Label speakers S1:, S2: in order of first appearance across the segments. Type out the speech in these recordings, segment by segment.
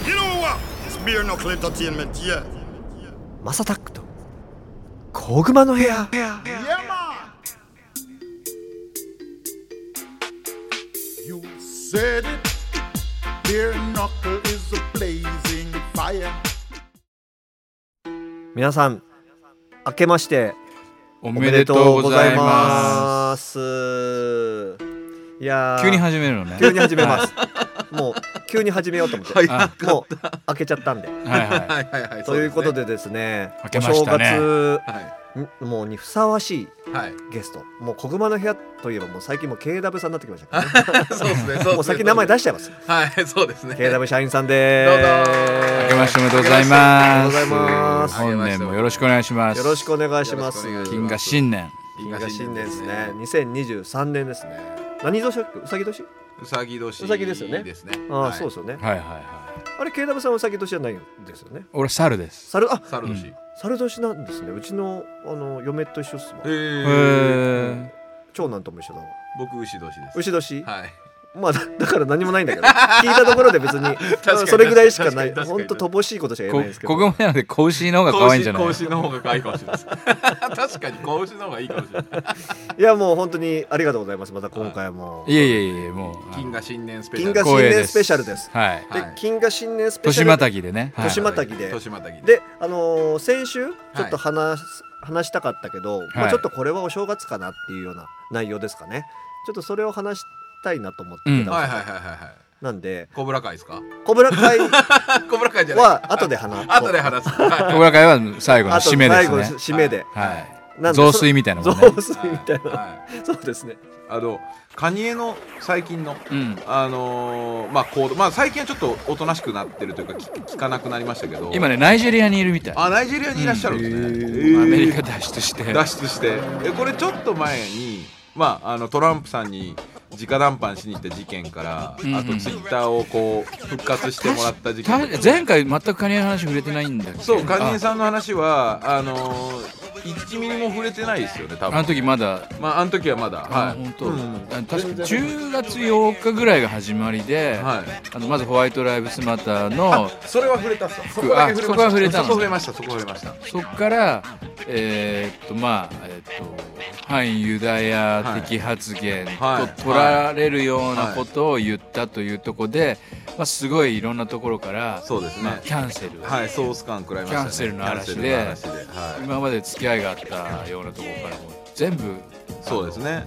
S1: You know what? It's bare knuckle entertainment, yeah.
S2: マサタックと小熊の部屋。
S1: Yeah, man. You said it. Bare knuckle is a blazing fire.
S2: 皆さん明けまして
S3: おめでとうございま
S2: ます。いや
S3: す。急に始めるのね。
S2: 急に始めます。もう急に始めようと思って、もう開けちゃったんで。
S3: はい。
S2: ということでですね、
S3: 明けましたね。
S2: お正月もうにふさわしいゲスト、もう小熊の部屋といえばもう最近もう KW さんになってきましたからね。
S4: そうですね。
S2: もう先名前出しちゃいます。
S4: はい、そうですね。
S2: KW 社員さんで
S4: どうぞ。
S3: 明けましておめでとうございます。
S2: おめでとうございます。
S3: 本年もよろしくお願いします。
S2: よろしくお願いします。
S3: 金河新年。
S2: 金河新年ですね。2023年ですね。何年？うさぎ年？
S4: うさぎ年。
S2: うさぎですよね。ああ、そうですよね。
S3: はい。
S2: あれ KW さんはうさぎ年じゃないんですよね。
S3: 俺猿です。
S2: 猿
S4: 年。
S2: 猿年なんですね。うちの嫁と一緒っすも
S3: ん。
S2: 長男とも一緒だわ。
S4: 僕牛年です。
S2: 牛年。
S4: はい。
S2: まあだから何もないんだけど、聞いたところで別にそれぐらいしかない。本当乏しいことしか言えないですけど。
S3: 小熊なので子牛の方が可愛いんじゃない？
S4: 子牛の方が可愛いかもしれないです。確かに子牛の方がいいかもしれない。
S2: いやもう本当にありがとうございます。また今回も。
S3: いえもう
S4: 金河新年スペシャル。
S2: 金河新年スペシャルです。
S3: はい。
S2: で金河新年スペシャル。
S3: 年またぎでね。
S2: 年またぎで。で先週ちょっと話したかったけど、まあちょっとこれはお正月かなっていうような内容ですかね。ちょっとそれを話したいなと思ってた。
S4: はい。
S2: なんで
S4: コブラ会ですか？
S2: コブラ会
S4: コブラ会じゃない。
S2: は後で話す。
S3: コブラ会は最後の締めですね。
S2: 最後締めで。
S3: はい。雑炊みたいなもんね。
S2: 雑炊みたいな。そうですね。
S4: カニエの最近のまあ最近はちょっとおとなしくなってるというか聞かなくなりましたけど、
S3: 今ねナイジェリアにいるみたい。
S4: ナイジェリアにいらっしゃるんですね。
S3: アメリカ脱出して
S4: これちょっと前にトランプさんに直談判しに行った事件から、あとツイッターをこう復活してもらった事件。
S3: 前回全くカニエの話触れてないんだけど。
S4: そう、カニエさんの話は1ミリも触れてないですよね、多分。
S3: あの時まだ。
S4: あの時はまだ。はい。
S3: 本当。確か10月8日ぐらいが始まりで、まずホワイトライブスマターの。
S4: それは触れたっす。
S3: そこは触れたの。
S4: そこ触れました。
S3: そこから反ユダヤ的発言と取られるようなことを言ったというところで、すごいいろんなところから
S4: そうですね、
S3: キャンセル、
S4: ソース感食らいましたね。
S3: キャンセルの嵐で、今まで付き合いがあったようなところからも全部
S4: そうですね、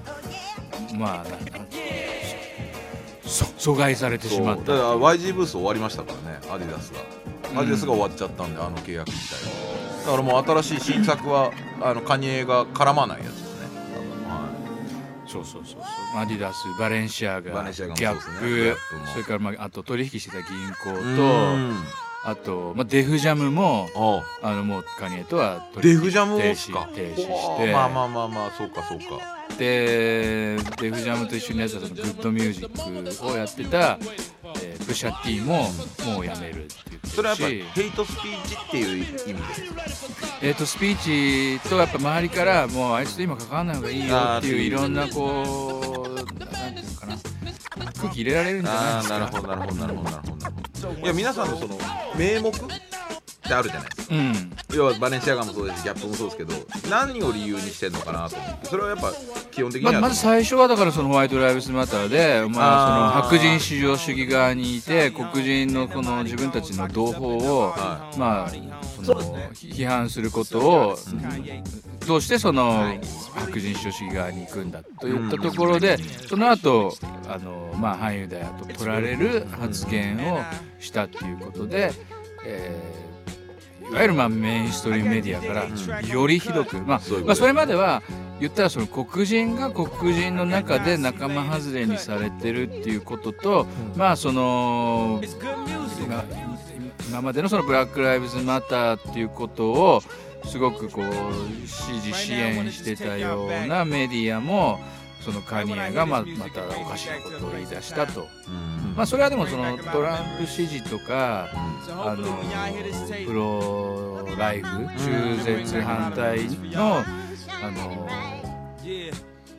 S3: 阻害されてしまった。
S4: だから YG ブース終わりましたからね、アディダスが終わっちゃったんで、契約自体は。だからもう新しい新作はカニエが絡まないやつですね。
S3: そうアディダス、バレンシアガ、ギャップ、それからあと取引してた銀行と、あとデフジャムももうカニエとは
S4: デフジャムを
S3: 停止して、
S4: そうか
S3: でデフジャムと一緒にやってたそのグッドミュージックをやってたブシャティももうやめるって言ってるし、
S4: それはやっぱヘイトスピーチっていう意味で、
S3: ヘイトスピーチとやっぱ周りからもうあいつと今関わらない方がいいよっていういろんなこうなんていうのかな、空気入れられるんじゃないですか。
S4: なるほど。いや皆さんのその名目ってあるじゃないですか。要はバレンシアガもそうですし、ギャップもそうですけど、何を理由にしてんのかなと思って、それはやっぱ基本的には
S3: まず最初はだからそのホワイトライブスマターで、その白人至上主義側にいて黒人のこの自分たちの同胞をその批判することをどうしてその白人至上主義側に行くんだといったところで、その後反ユダヤと取られる発言をしたっていうことで、いわゆるメインストリームメディアからよりひどく、それまでは言ったらその黒人が黒人の中で仲間外れにされてるっていうことと、その今までのそのブラックライブズマターっていうことをすごくこう支援してたようなメディアもそのカニエがまたおかしなことを言い出したと。それはでもそのトランプ支持とかプロライフ中絶反対の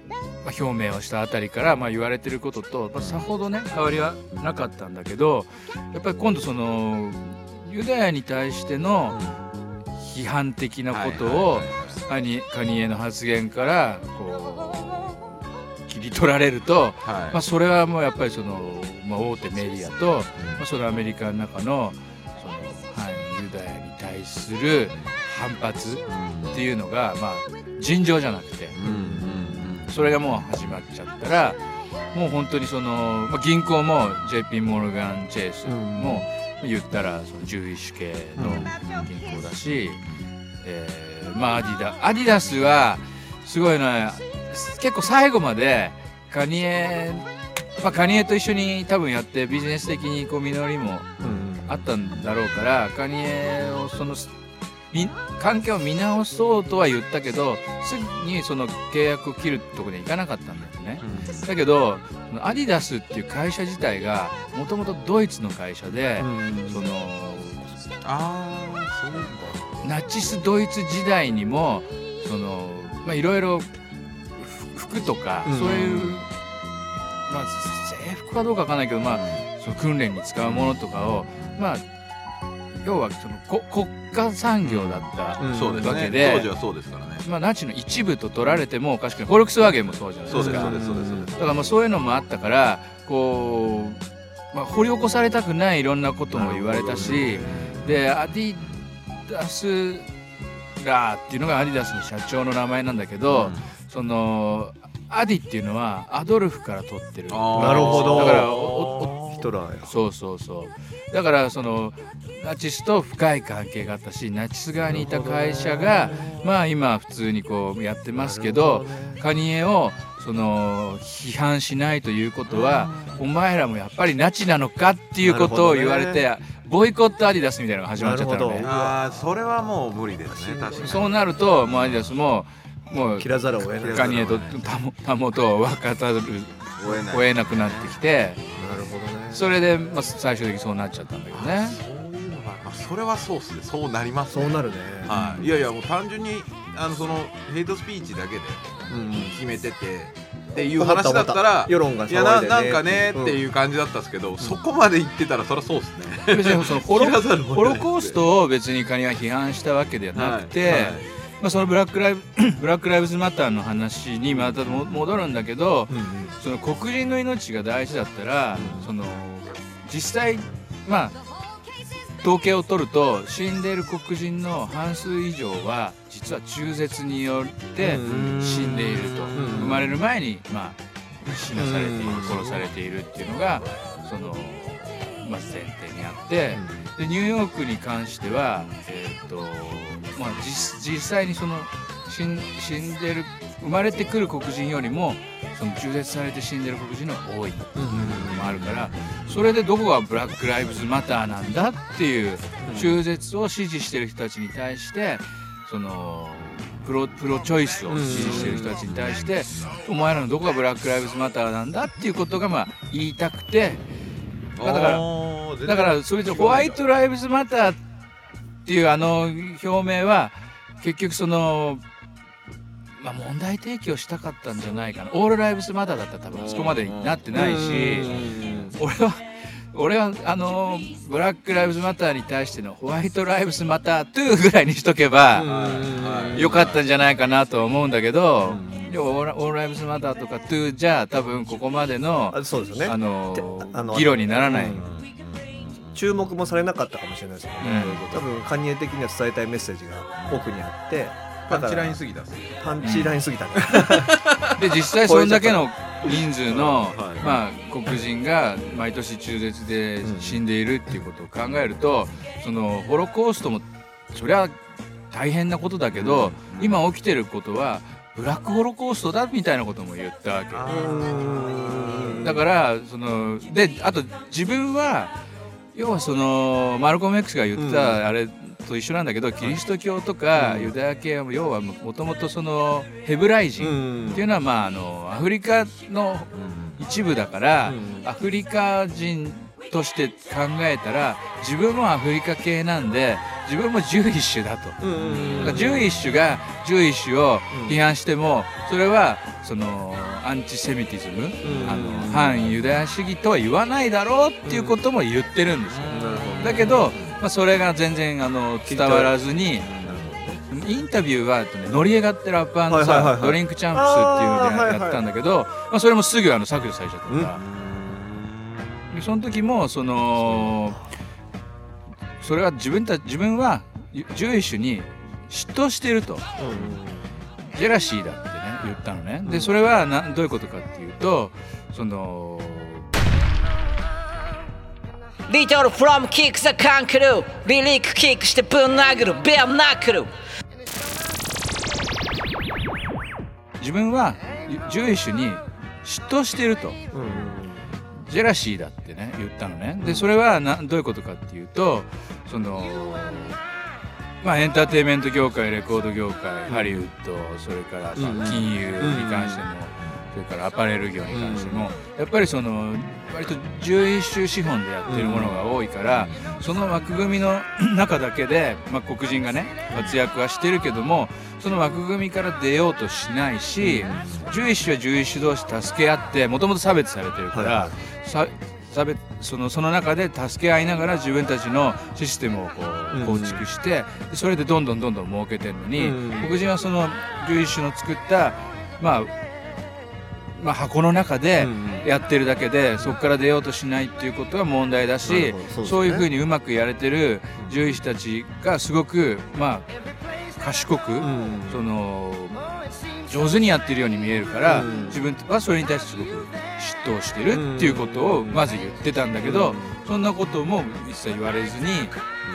S3: 表明をしたあたりから、言われてることと、さほどね変わりはなかったんだけど、やっぱり今度そのユダヤに対しての批判的なことをカニエの発言からこう切り取られると、それはもうやっぱりその、大手メディアと、そのアメリカの中のその反ユダヤに対する反発っていうのが、尋常じゃなくて、それがもう始まっちゃったら、もう本当にその、銀行も JP モルガン・チェイスも言ったらそのジューイッシュ系の銀行だし、アディダスはすごいのは結構最後までカニエと一緒に多分やってビジネス的にこう実りもあったんだろうから、カニエをその関係を見直そうとは言ったけど、すぐにその契約を切るところにはいかなかったんだよね。だけどアディダスっていう会社自体がもともとドイツの会社で、そのナチスドイツ時代にもそのいろいろ服とか、そういう制服かどうかわかんないけど、その訓練に使うものとかを要はその国家産業だったわけで、
S4: 当時はそうですからね。
S3: ナチの一部と取られてもおかしくない。フォルクスワーゲンもそうじゃないですか。だからそういうのもあったから、こう、掘り起こされたくないいろんなことも言われたし、でアディダスラーっていうのがアディダスの社長の名前なんだけど、そのアディっていうのはアドルフから取ってる。
S2: なるほど。
S3: だから
S2: ヒトラーや。
S3: そうだからそのナチスと深い関係があったし、ナチス側にいた会社が今普通にこうやってますけど、カニエをその批判しないということは、お前らもやっぱりナチなのかっていうことを言われて、ボイコットアディダスみたいなのが始まっちゃったのね。
S4: それはもう無理ですね。確かに
S3: そうなるともうアディダスも
S2: 切らざるを得ない。
S3: カニエとたもとを分かざるを得なくなってきて、
S2: なるほどね。
S3: それで最終的にそうなっちゃったんだけどね。
S4: それはそうっすね。そうなりますね。
S2: そうなるね。
S4: いやもう単純にそのヘイトスピーチだけで決めててっていう話だったら、
S2: 世論が
S4: いやなんかねっていう感じだったんですけど、そこまで言ってたらそりゃそうっすね。
S3: 別にそのホロコーストを別にカニエは批判したわけではなくて、そのブラックライブズマターの話にまた戻るんだけど、その黒人の命が大事だったら、その実際統計を取ると死んでいる黒人の半数以上は実は中絶によって死んでいると、生まれる前に死なされている、殺されているっていうのがその前提にあって、でニューヨークに関しては実際にその死んでる生まれてくる黒人よりもその中絶されて死んでる黒人の方が多いっていうのもあるから、それでどこがブラックライブズマターなんだっていう中絶を支持してる人たちに対して、そのプロチョイスを支持してる人たちに対して、お前らのどこがブラックライブズマターなんだっていうことが言いたくて、だからそれとホワイトライブズマターっていう表明は結局その問題提起をしたかったんじゃないかな。オールライブズマターだったら多分あそこまでになってないし、俺はブラックライブズマターに対してのホワイトライブズマター2ぐらいにしとけばよかったんじゃないかなと思うんだけど、オールライブズマターとか2じゃ多分ここまでの議論にならない。
S2: 注目もされなかったかもしれないですけど、多分カニエ的には伝えたいメッセージが奥にあって、
S4: パンチラインすぎたね。
S3: で実際それだけの人数の黒人が毎年中絶で死んでいるっていうことを考えると、そのホロコーストもそりゃ大変なことだけど、今起きてることはブラックホロコーストだみたいなことも言ったわけ。だからあと自分は要はそのマルコム X が言ったあれと一緒なんだけど、キリスト教とかユダヤ系は要はもともとそのヘブライ人っていうのはアフリカの一部だから、アフリカ人として考えたら自分もアフリカ系なんで自分もジューイッシュだと。だからジューイッシュがジューイッシュを批判してもそれはそのアンチセミティズム、反ユダヤ主義とは言わないだろうっていうことも言ってるんですよ。だけど、それが全然伝わらずに、インタビューはノリエガってラッパーのさ、ドリンクチャンプスっていうのでやったんだけど、それもすぐ削除されちゃったから、その時もそれは自分はジュエッシュに嫉妬してると、ジェラシーだってね言ったのね。でそれはどういうことかっていうと、
S5: リトルフロムキックザカンクルリリックキックしてぶん殴るベアナックル。
S3: 自分はジュエッシュに嫉妬してると、ジェラシーだってね言ったのね。でそれはどういうことかっていうと、エンターテインメント業界、レコード業界、ハリウッド、それから金融に関しても、それからアパレル業に関しても、やっぱり割とジュエッシュ資本でやってるものが多いから、その枠組みの中だけで、黒人がね活躍はしてるけども、その枠組みから出ようとしないし、ジュエッシュはジュエッシュ同士助け合って、もともと差別されてるから、その中で助け合いながら自分たちのシステムを構築して、それでどんどん儲けてるのに、黒人はそのジュエッシュの作った箱の中でやってるだけで、そこから出ようとしないっていうことは問題だし、そういうふうにうまくやれてるジュエッシュたちがすごく賢く上手にやってるように見えるから、自分はそれに対してすごく嫉妬をしてるっていうことをまず言ってたんだけど、そんなことも一切言われずに、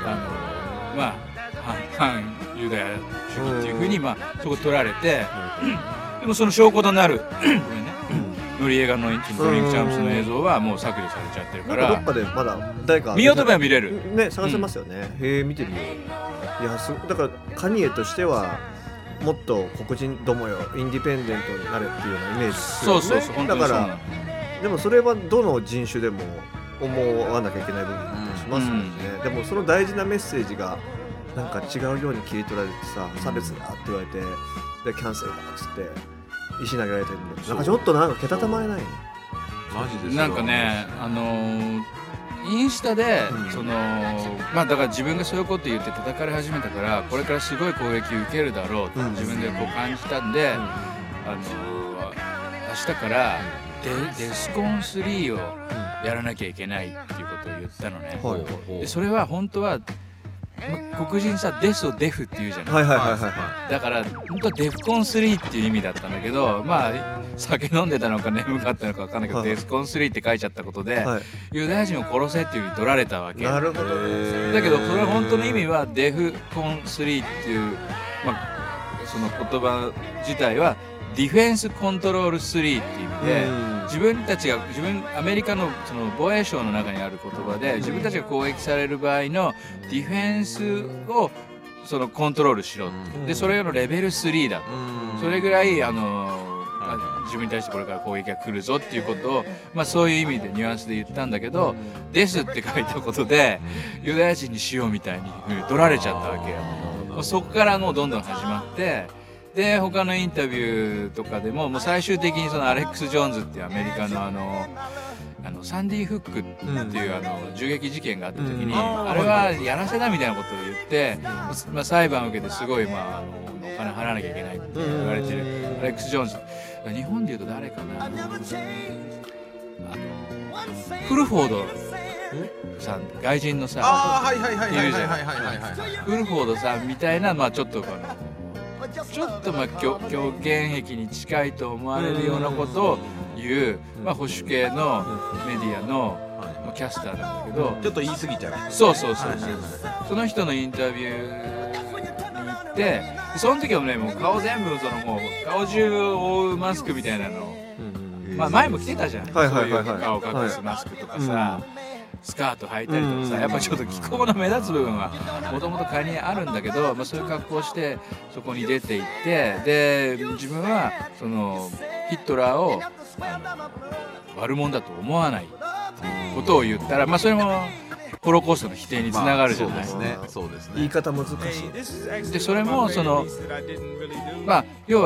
S3: 反ユダヤ主義っていうふうにそこ取られて、でもその証拠となるごめんね、ノリエガのドリンクチャンプスの映像はもう削除されちゃってるから、
S2: どっかでまだ誰か
S3: 見ようと思えば見れる
S2: ね、探せますよね。へえ、見てみよう。いや、だからカニエとしてはもっと黒人どもよインディペンデントになれっていうようなイメージですよね。
S3: そう
S2: だからでもそれはどの人種でも思わなきゃいけない部分だったりしますもんね。でもその大事なメッセージがなんか違うように切り取られてさ、差別だって言われて、でキャンセルだっつって石投げられてるんで、なんかちょっとなんかけたたまれないね。
S4: マジですよ。
S3: なんかね、インスタで、だから自分がそういうこと言って叩かれ始めたから、これからすごい攻撃を受けるだろうと自分で感じたんで、明日からデスコン3をやらなきゃいけないっていうことを言ったのね。でそれは本当は黒人さ、デスをデフって言うじゃない。だから本当はデフコン3っていう意味だったんだけど、酒飲んでたのか眠かったのか分かんないけど、デスコン3って書いちゃったことで、ユダヤ人を殺せっていう風に取られたわけ。
S2: なるほど。
S3: だけどそれは本当の意味はデフコン3っていう、その言葉自体はディフェンスコントロール3っていう意味で、自分たちがアメリカのその防衛省の中にある言葉で、自分たちが攻撃される場合のディフェンスをそのコントロールしろ、でそれのレベル3だと、それぐらい自分に対してこれから攻撃が来るぞっていうことを、そういう意味でニュアンスで言ったんだけど、ですって書いたことでユダヤ人にしようみたいに取られちゃったわけよ。そこからもうどんどん始まって、で他のインタビューとかでも、もう最終的にそのアレックス・ジョーンズっていうアメリカのサンディ・フックっていう銃撃事件があった時に、あれはやらせだみたいなことを言って、裁判を受けてすごいお金払わなきゃいけないって言われてるアレックス・ジョーンズ、日本でいうと誰かな、フルフォードさん、外人のさ、フルフォードさんみたいな、ちょっと狂言癖に近いと思われるようなことを言う、保守系のメディアのキャスターなんだけど、
S4: ちょっと言い過ぎちゃう。
S3: そうその人のインタビューに行って、その時はね、もう顔全部もう顔中を覆うマスクみたいなの、前も着てたじゃん、そういう顔を隠すマスクとかさ、スカート履いたりとかさ、やっぱちょっと気候の目立つ部分はもともとカニあるんだけど、そういう格好をしてそこに出て行って、で自分はそのヒットラーを悪者だと思わないことを言ったら、それもホロコーストの否定につながるじゃない。
S2: そうですね。言い方難しい。
S3: でそれも要は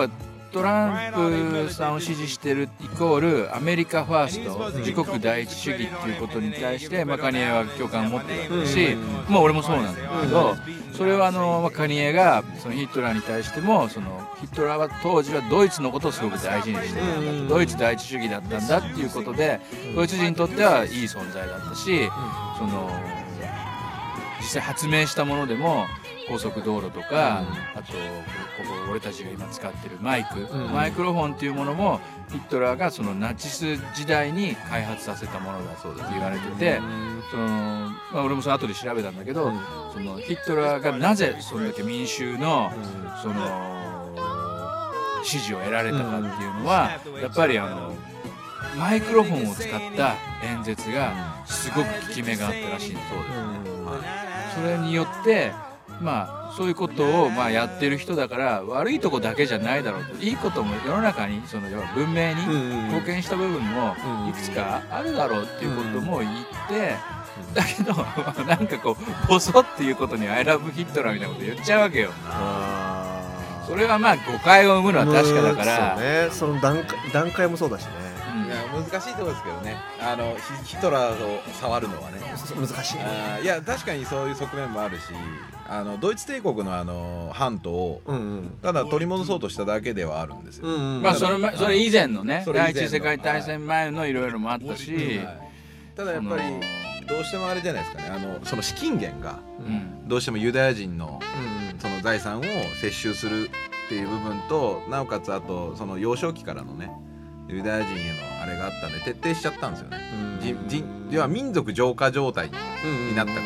S3: トランプさんを支持してるイコールアメリカファースト、自国第一主義っていうことに対して、カニエは共感を持ってるわけだし、俺もそうなんだけど、それはカニエがそのヒトラーに対しても、そのヒトラーは当時はドイツのことをすごく大事にしてたんだ、ドイツ第一主義だったんだっていうことで、ドイツ人にとってはいい存在だったし、その実際発明したものでも高速道路とか、あとここ俺たちが今使ってるマイクロフォンっていうものもヒトラーがそのナチス時代に開発させたものだって言われてて、その俺もその後で調べたんだけど、そのヒトラーがなぜそれだけ民衆のその支持を得られたかっていうのは、やっぱりマイクロフォンを使った演説がすごく効き目があったらしいんです。それによってそういうことをやってる人だから、悪いとこだけじゃないだろうと、いいことも世の中にその文明に貢献した部分もいくつかあるだろうっていうことも言って、だけどなんかこうボソっていうことにアイラブヒトラーみたいなこと言っちゃうわけよ。それは誤解を生むのは確かだから、
S2: その段階もそうだしね。
S4: いや難しいところですけどね、ヒトラーを触るのはね
S2: 難しい。
S4: いや確かにそういう側面もあるし、ドイツ帝国の半島をただ取り戻そうとしただけではあるんですよ。
S3: それ以前のね、第一次世界大戦前のいろいろもあったし、
S4: ただやっぱりどうしてもあれじゃないですかね、その資金源がどうしてもユダヤ人のその財産を接収するっていう部分と、なおかつあとその幼少期からのねユダヤ人へのあれがあったんで徹底しちゃったんですよね。要は民族浄化状態になったから。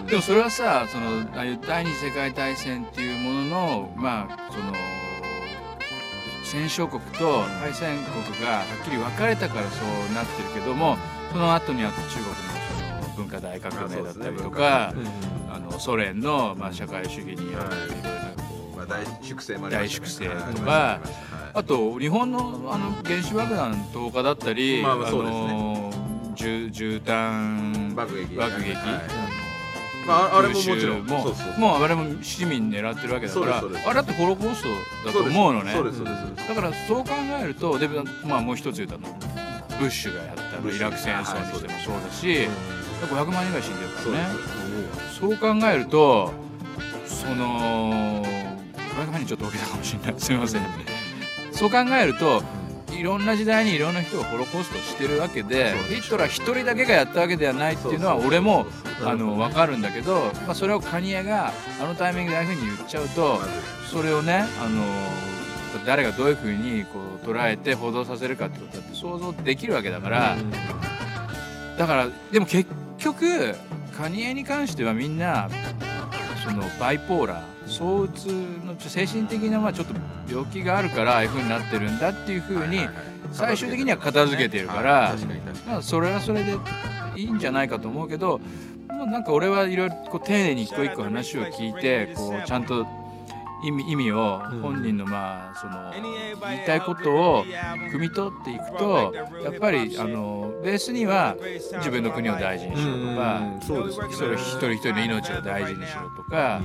S3: でもそれはさ、その第二次世界大戦っていうもののその戦勝国と敗戦国がはっきり分かれたからそうなってるけども、その後にあった中国のその文化大革命だったりとか、ソ連の社会主義によるいろいろ
S4: 大粛清
S3: とか、あと日本の原子爆弾投下だったり、絨毯爆撃、
S4: あれももちろん
S3: もうあれも市民狙ってるわけだから、あれだってホロコーストだと思うのね。だからそう考えると、でもう一つ言ったのブッシュがやったイラク戦争にしてもそうだし、500万人ぐらい死んでるからね。そう考えると、その500万人ちょっと大きなかもしれない、すみません。そう考えると、いろんな時代にいろんな人がホロコーストしてるわけで、ヒトラー一人だけがやったわけではないっていうのは俺も分かるんだけど、それをカニエがタイミングでああいうふうに言っちゃうと、それをね誰がどういうふうにこう捉えて報道させるかってことだって想像できるわけだから、でも結局カニエに関してはみんなそのバイポーラー、躁うつの精神的なちょっと病気があるからああいう風になってるんだっていう風に最終的には片付けてるから、それはそれでいいんじゃないかと思うけど、なんか俺はいろいろ丁寧に一個一個話を聞いて、こうちゃんと意味を本人のその言いたいことを汲み取っていくと、やっぱりベースには自分の国を大事にしろとか、それ一人一人の命を大事にしろとか、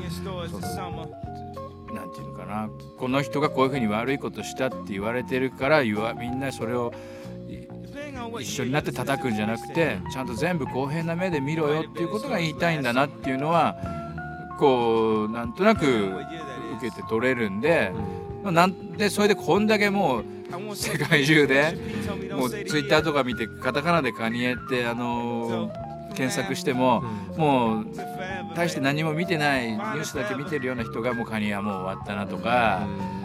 S3: なんていうのかな、この人がこういうふうに悪いことしたって言われてるからみんなそれを一緒になって叩くんじゃなくて、ちゃんと全部公平な目で見ろよっていうことが言いたいんだなっていうのはこうなんとなく受けて取れるんで、それでこんだけもう世界中でもうツイッターとか見てカタカナでカニエって検索しても、もう大して何も見てないニュースだけ見てるような人がもうカニエはもう終わったなとか、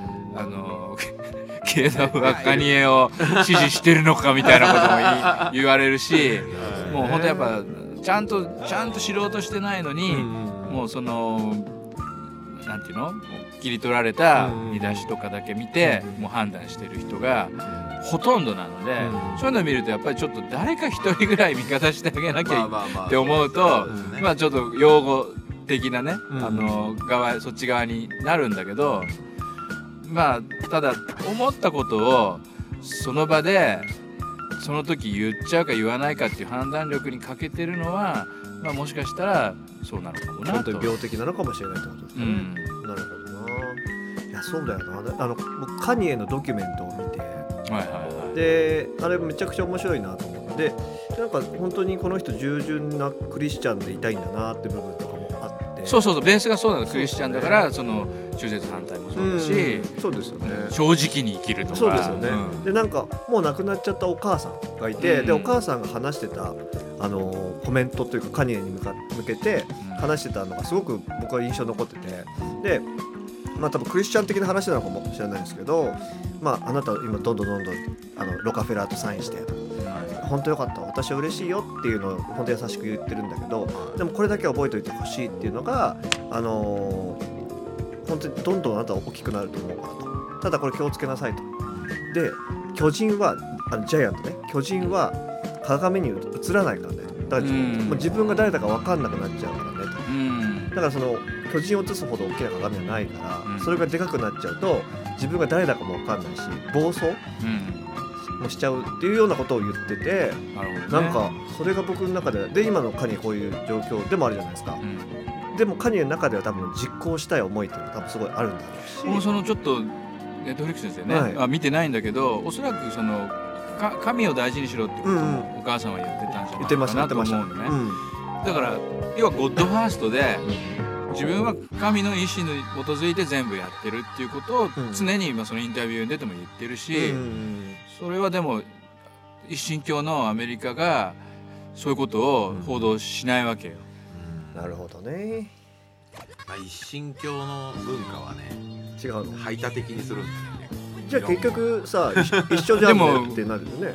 S3: ケイダブはカニエを支持してるのかみたいなことも言われるし、もう本当やっぱちゃんと知ろうとしてないのに、もうそのなんていうの、切り取られた見出しとかだけ見てもう判断してる人がほとんどなので、そういうのを見るとやっぱりちょっと誰か一人ぐらい味方してあげなきゃって思うと、ちょっと用語的なね、そっち側になるんだけど、ただ思ったことをその場でその時言っちゃうか言わないかっていう判断力に欠けてるのは、もしかしたらそうなのかもなと。
S2: 本当に病的なのかもしれないってことですね。なるほどな。いやそうだよな。僕カニエのドキュメントを見て、であれめちゃくちゃ面白いなと思って、なんか本当にこの人従順なクリスチャンでいたいんだなって部分とかもあって、
S3: そうベースがそうなの、クリスチャンだからその中絶反対もそうだし、
S2: そうですよね、
S3: 正直に生きるとか、
S2: そうですよね、でなんかもう亡くなっちゃったお母さんがいて、でお母さんが話してたコメントというかカニエに向けて話してたのがすごく僕は印象に残ってて、で多分クリスチャン的な話なのかもしれないんですけど、あなた今どんどんロカフェラーとサインして本当よかった、私は嬉しいよっていうのを本当優しく言ってるんだけど、でもこれだけは覚えておいてほしいっていうのが本当にどんどんあなたは大きくなると思うからと、ただこれ気をつけなさいと。で巨人はジャイアントね、巨人は鏡に映らないからね、だからもう自分が誰だか分かんなくなっちゃうからねと、だからその巨人を映すほど大きな鏡はないから、それがでかくなっちゃうと自分が誰だかも分かんないし暴走もしちゃうっていうようなことを言ってて、なんかそれが僕の中で今のカニエこういう状況でもあるじゃないですか、でもカニエの中では多分実行したい思いっていうのが多分すごいあるんだろうし、
S3: もうそのちょっとネットフリックスですよね、見てないんだけど、おそらくその神を大事にしろってこともお母さんは言ってたんじゃないかなと思うのね、だから要はゴッドファーストで自分は神の意志に基づいて全部やってるっていうことを常にそのインタビューに出ても言ってるし、それはでも一神教のアメリカがそういうことを報道しないわけよ。
S2: なるほどね。
S4: 一神教の文化はね
S2: 違うの、
S4: 排他的にするんだよね。
S2: じゃあ結局さ一緒じゃんねってなるよね。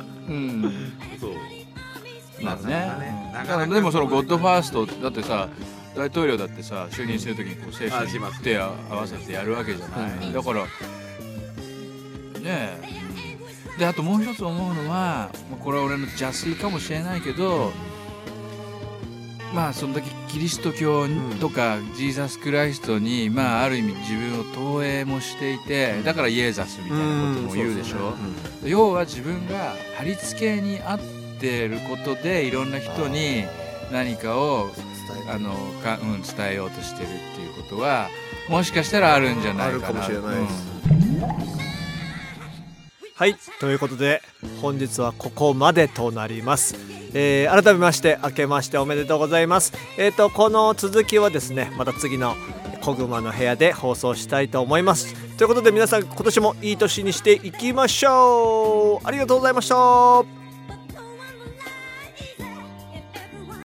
S4: そう
S3: なるね。だからでもそのゴッドファーストだってさ、大統領だってさ就任するときにこう政府に手を合わせてやるわけじゃない、だからねえ。であともう一つ思うのは、これは俺の邪推かもしれないけど、その時キリスト教とかジーザス・クライストにある意味自分を投影もしていて、だからイエザスみたいなことも言うでしょ。要は自分が貼り付けにあってることでいろんな人に何かを伝えようとしてるっていうことはもしかしたらあるんじゃないかな。あるかもしれないです。
S2: はい、ということで本日はここまでとなります。改めまして明けましておめでとうございます。この続きはですね、また次のコグマの部屋で放送したいと思います。ということで皆さん今年もいい年にしていきましょう。ありがとうございました。